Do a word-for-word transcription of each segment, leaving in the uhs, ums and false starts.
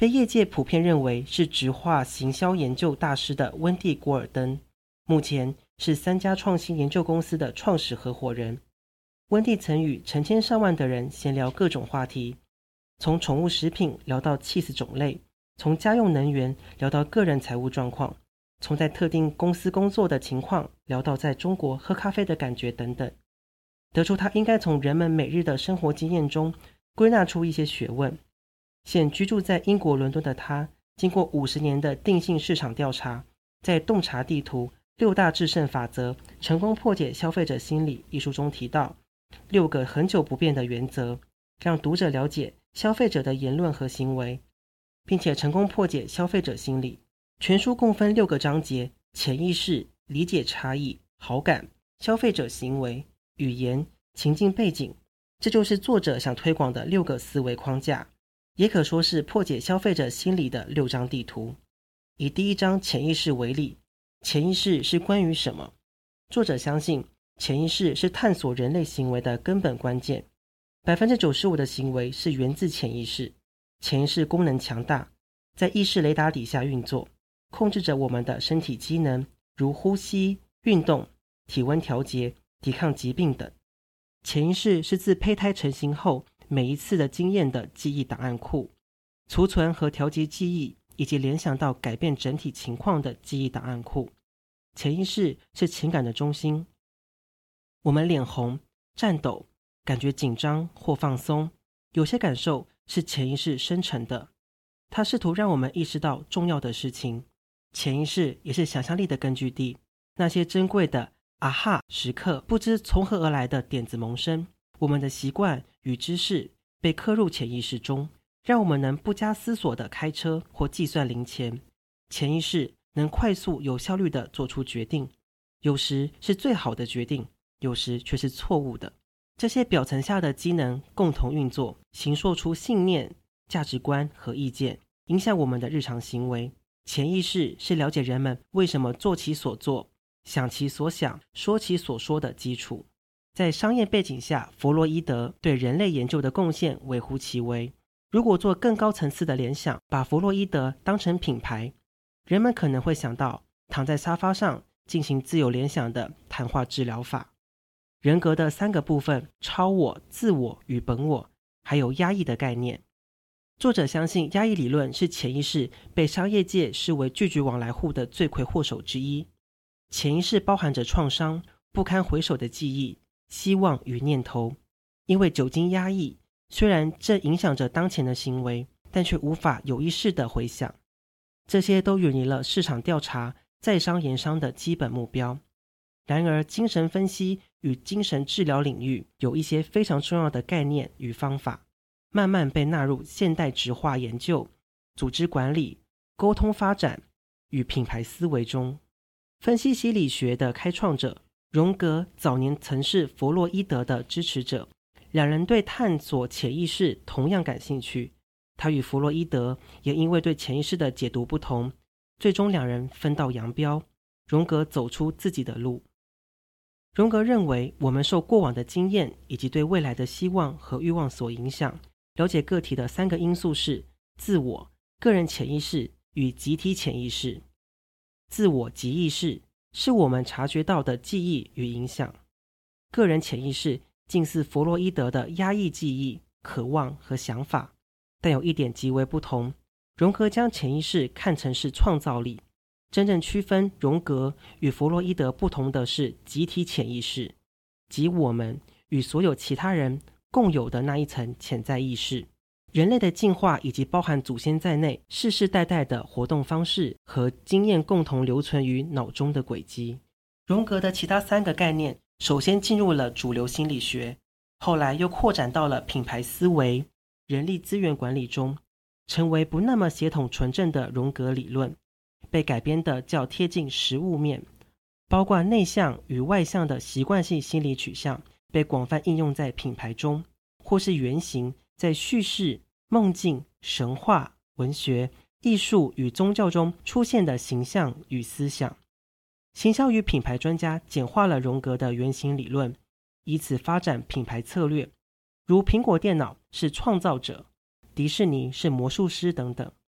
被业界普遍认为是直化行销研究大师的温蒂·古尔登，目前是三家创新研究公司的创始合伙人。温蒂曾与成千上万的人闲聊各种话题，从宠物食品聊到起司种类，从家用能源聊到个人财务状况，从在特定公司工作的情况聊到在中国喝咖啡的感觉等等，得出他应该从人们每日的生活经验中归纳出一些学问。现居住在英国伦敦的他，经过五十年的定性市场调查，在《洞察地图：六大制胜法则：成功破解消费者心理》一书中提到六个很久不变的原则，让读者了解消费者的言论和行为，并且成功破解消费者心理。全书共分六个章节：潜意识、理解差异、好感、消费者行为、语言、情境背景。这就是作者想推广的六个思维框架，也可说是破解消费者心理的六张地图。以第一章潜意识为例，潜意识是关于什么？作者相信潜意识是探索人类行为的根本关键。 百分之九十五 的行为是源自潜意识。潜意识功能强大，在意识雷达底下运作，控制着我们的身体机能，如呼吸、运动、体温调节、抵抗疾病等。潜意识是自胚胎成型后每一次的经验的记忆档案库，储存和调节记忆，以及联想到改变整体情况的记忆档案库。潜意识是情感的中心。我们脸红、颤抖、感觉紧张或放松，有些感受是潜意识生成的，它试图让我们意识到重要的事情。潜意识也是想象力的根据地，那些珍贵的啊哈时刻，不知从何而来的点子萌生，我们的习惯与知识被刻入潜意识中，让我们能不加思索地开车或计算零钱。潜意识能快速有效率地做出决定，有时是最好的决定，有时却是错误的。这些表层下的机能共同运作，形塑出信念、价值观和意见，影响我们的日常行为。潜意识是了解人们为什么做其所做、想其所想、说其所说的基础。在商业背景下，弗洛伊德对人类研究的贡献微乎其微。如果做更高层次的联想，把弗洛伊德当成品牌，人们可能会想到躺在沙发上进行自由联想的谈话治疗法。人格的三个部分：超我、自我与本我，还有压抑的概念。作者相信压抑理论是潜意识被商业界视为拒绝往来户的罪魁祸首之一。潜意识包含着创伤、不堪回首的记忆、希望与念头。因为久经压抑，虽然这影响着当前的行为，但却无法有意识地回想。这些都远离了市场调查、在商言商的基本目标。然而，精神分析与精神治疗领域有一些非常重要的概念与方法，慢慢被纳入现代质化研究、组织管理、沟通发展与品牌思维中。分析心理学的开创者荣格早年曾是弗洛伊德的支持者，两人对探索潜意识同样感兴趣。他与弗洛伊德也因为对潜意识的解读不同，最终两人分道扬镳，荣格走出自己的路。荣格认为，我们受过往的经验以及对未来的希望和欲望所影响。了解个体的三个因素是自我、个人潜意识与集体潜意识。自我及意识是我们察觉到的记忆与影响，个人潜意识近似弗洛伊德的压抑记忆、渴望和想法，但有一点极为不同。荣格将潜意识看成是创造力，真正区分荣格与弗洛伊德不同的是集体潜意识，即我们与所有其他人共有的那一层潜在意识。人类的进化以及包含祖先在内世世代代的活动方式和经验共同留存于脑中的轨迹。荣格的其他三个概念首先进入了主流心理学，后来又扩展到了品牌思维、人力资源管理中，成为不那么协同纯正的荣格理论，被改编的较贴近实务面，包括内向与外向的习惯性心理取向被广泛应用在品牌中，或是原型在叙事、梦境、神话、文学、艺术与宗教中出现的形象与思想。行销与品牌专家简化了荣格的原型理论，以此发展品牌策略，如苹果电脑是创造者，迪士尼是魔术师等等。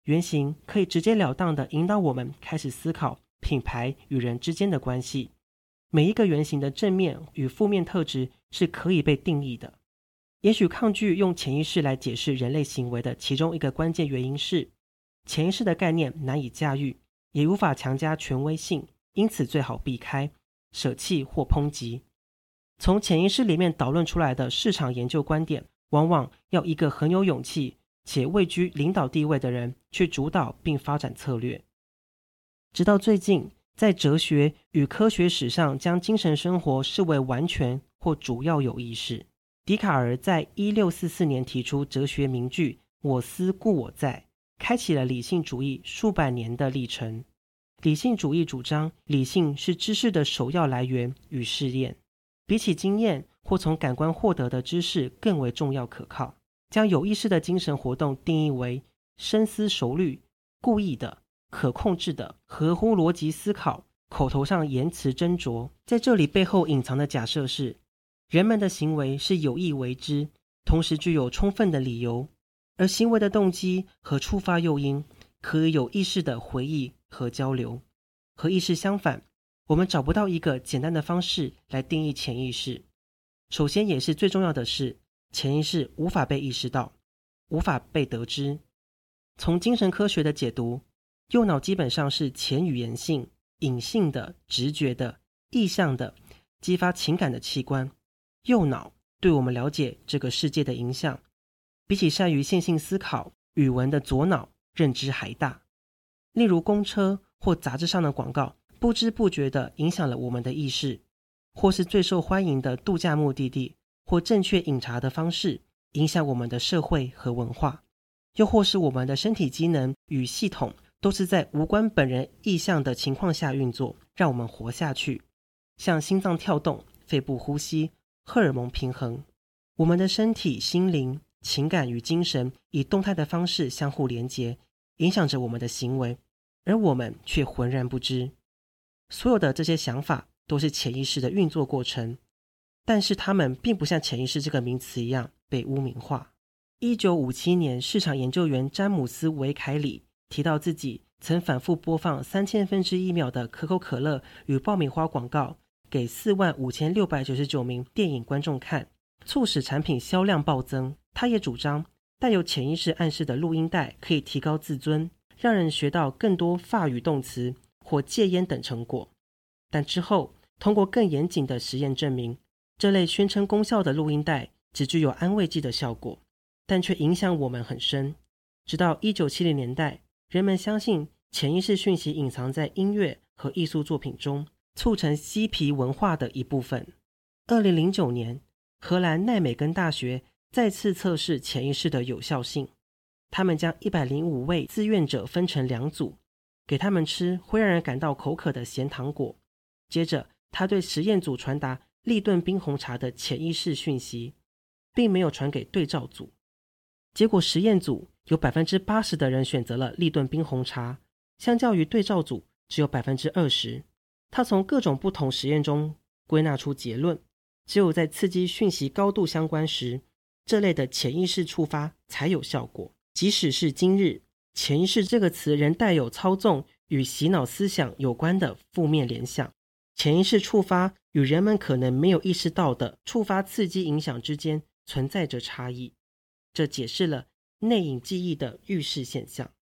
原型可以直截了当地引导我们开始思考品牌与人之间的关系。每一个原型的正面与负面特质是可以被定义的。也许抗拒用潜意识来解释人类行为的其中一个关键原因是，潜意识的概念难以驾驭，也无法强加权威性，因此最好避开、舍弃或抨击。从潜意识里面导论出来的市场研究观点，往往要一个很有勇气且位居领导地位的人去主导并发展策略。直到最近，在哲学与科学史上将精神生活视为完全或主要有意识。笛卡尔在一六四四年提出哲学名句“我思故我在”，开启了理性主义数百年的历程。理性主义主张，理性是知识的首要来源与试验，比起经验或从感官获得的知识更为重要可靠。将有意识的精神活动定义为深思熟虑、故意的、可控制的、合乎逻辑思考、口头上言辞斟酌。在这里背后隐藏的假设是，人们的行为是有意为之，同时具有充分的理由，而行为的动机和触发诱因可以有意识的回忆和交流。和意识相反，我们找不到一个简单的方式来定义潜意识。首先也是最重要的是，潜意识无法被意识到，无法被得知。从精神科学的解读，右脑基本上是前语言性、隐性的、直觉的、意象的、激发情感的器官。右脑对我们了解这个世界的影响，比起善于线性思考、语文的左脑认知还大。例如公车或杂志上的广告，不知不觉地影响了我们的意识，或是最受欢迎的度假目的地，或正确饮茶的方式，影响我们的社会和文化，又或是我们的身体机能与系统都是在无关本人意向的情况下运作，让我们活下去。像心脏跳动、肺部呼吸、荷尔蒙平衡，我们的身体、心灵、情感与精神以动态的方式相互连结，影响着我们的行为，而我们却浑然不知。所有的这些想法都是潜意识的运作过程，但是它们并不像潜意识这个名词一样被污名化。一九五七年，市场研究员詹姆斯·维凯里提到自己曾反复播放三千分之一秒的可口可乐与爆米花广告给四万五千六百九十九名电影观众看，促使产品销量暴增。他也主张带有潜意识暗示的录音带可以提高自尊，让人学到更多法语动词或戒烟等成果。但之后通过更严谨的实验证明，这类宣称功效的录音带只具有安慰剂的效果，但却影响我们很深。直到一九七零年代，人们相信潜意识讯息隐藏在音乐和艺术作品中，促成嬉皮文化的一部分。二零零九年，荷兰奈美根大学再次测试潜意识的有效性。他们将一百零五位自愿者分成两组，给他们吃会让人感到口渴的咸糖果。接着，他对实验组传达立顿冰红茶的潜意识讯息，并没有传给对照组。结果实验组有 百分之八十 的人选择了立顿冰红茶，相较于对照组只有 百分之二十。他从各种不同实验中归纳出结论，只有在刺激讯息高度相关时，这类的潜意识触发才有效果。即使是今日，潜意识这个词仍带有操纵与洗脑思想有关的负面联想。潜意识触发与人们可能没有意识到的触发刺激影响之间存在着差异，这解释了内隐记忆的预示现象。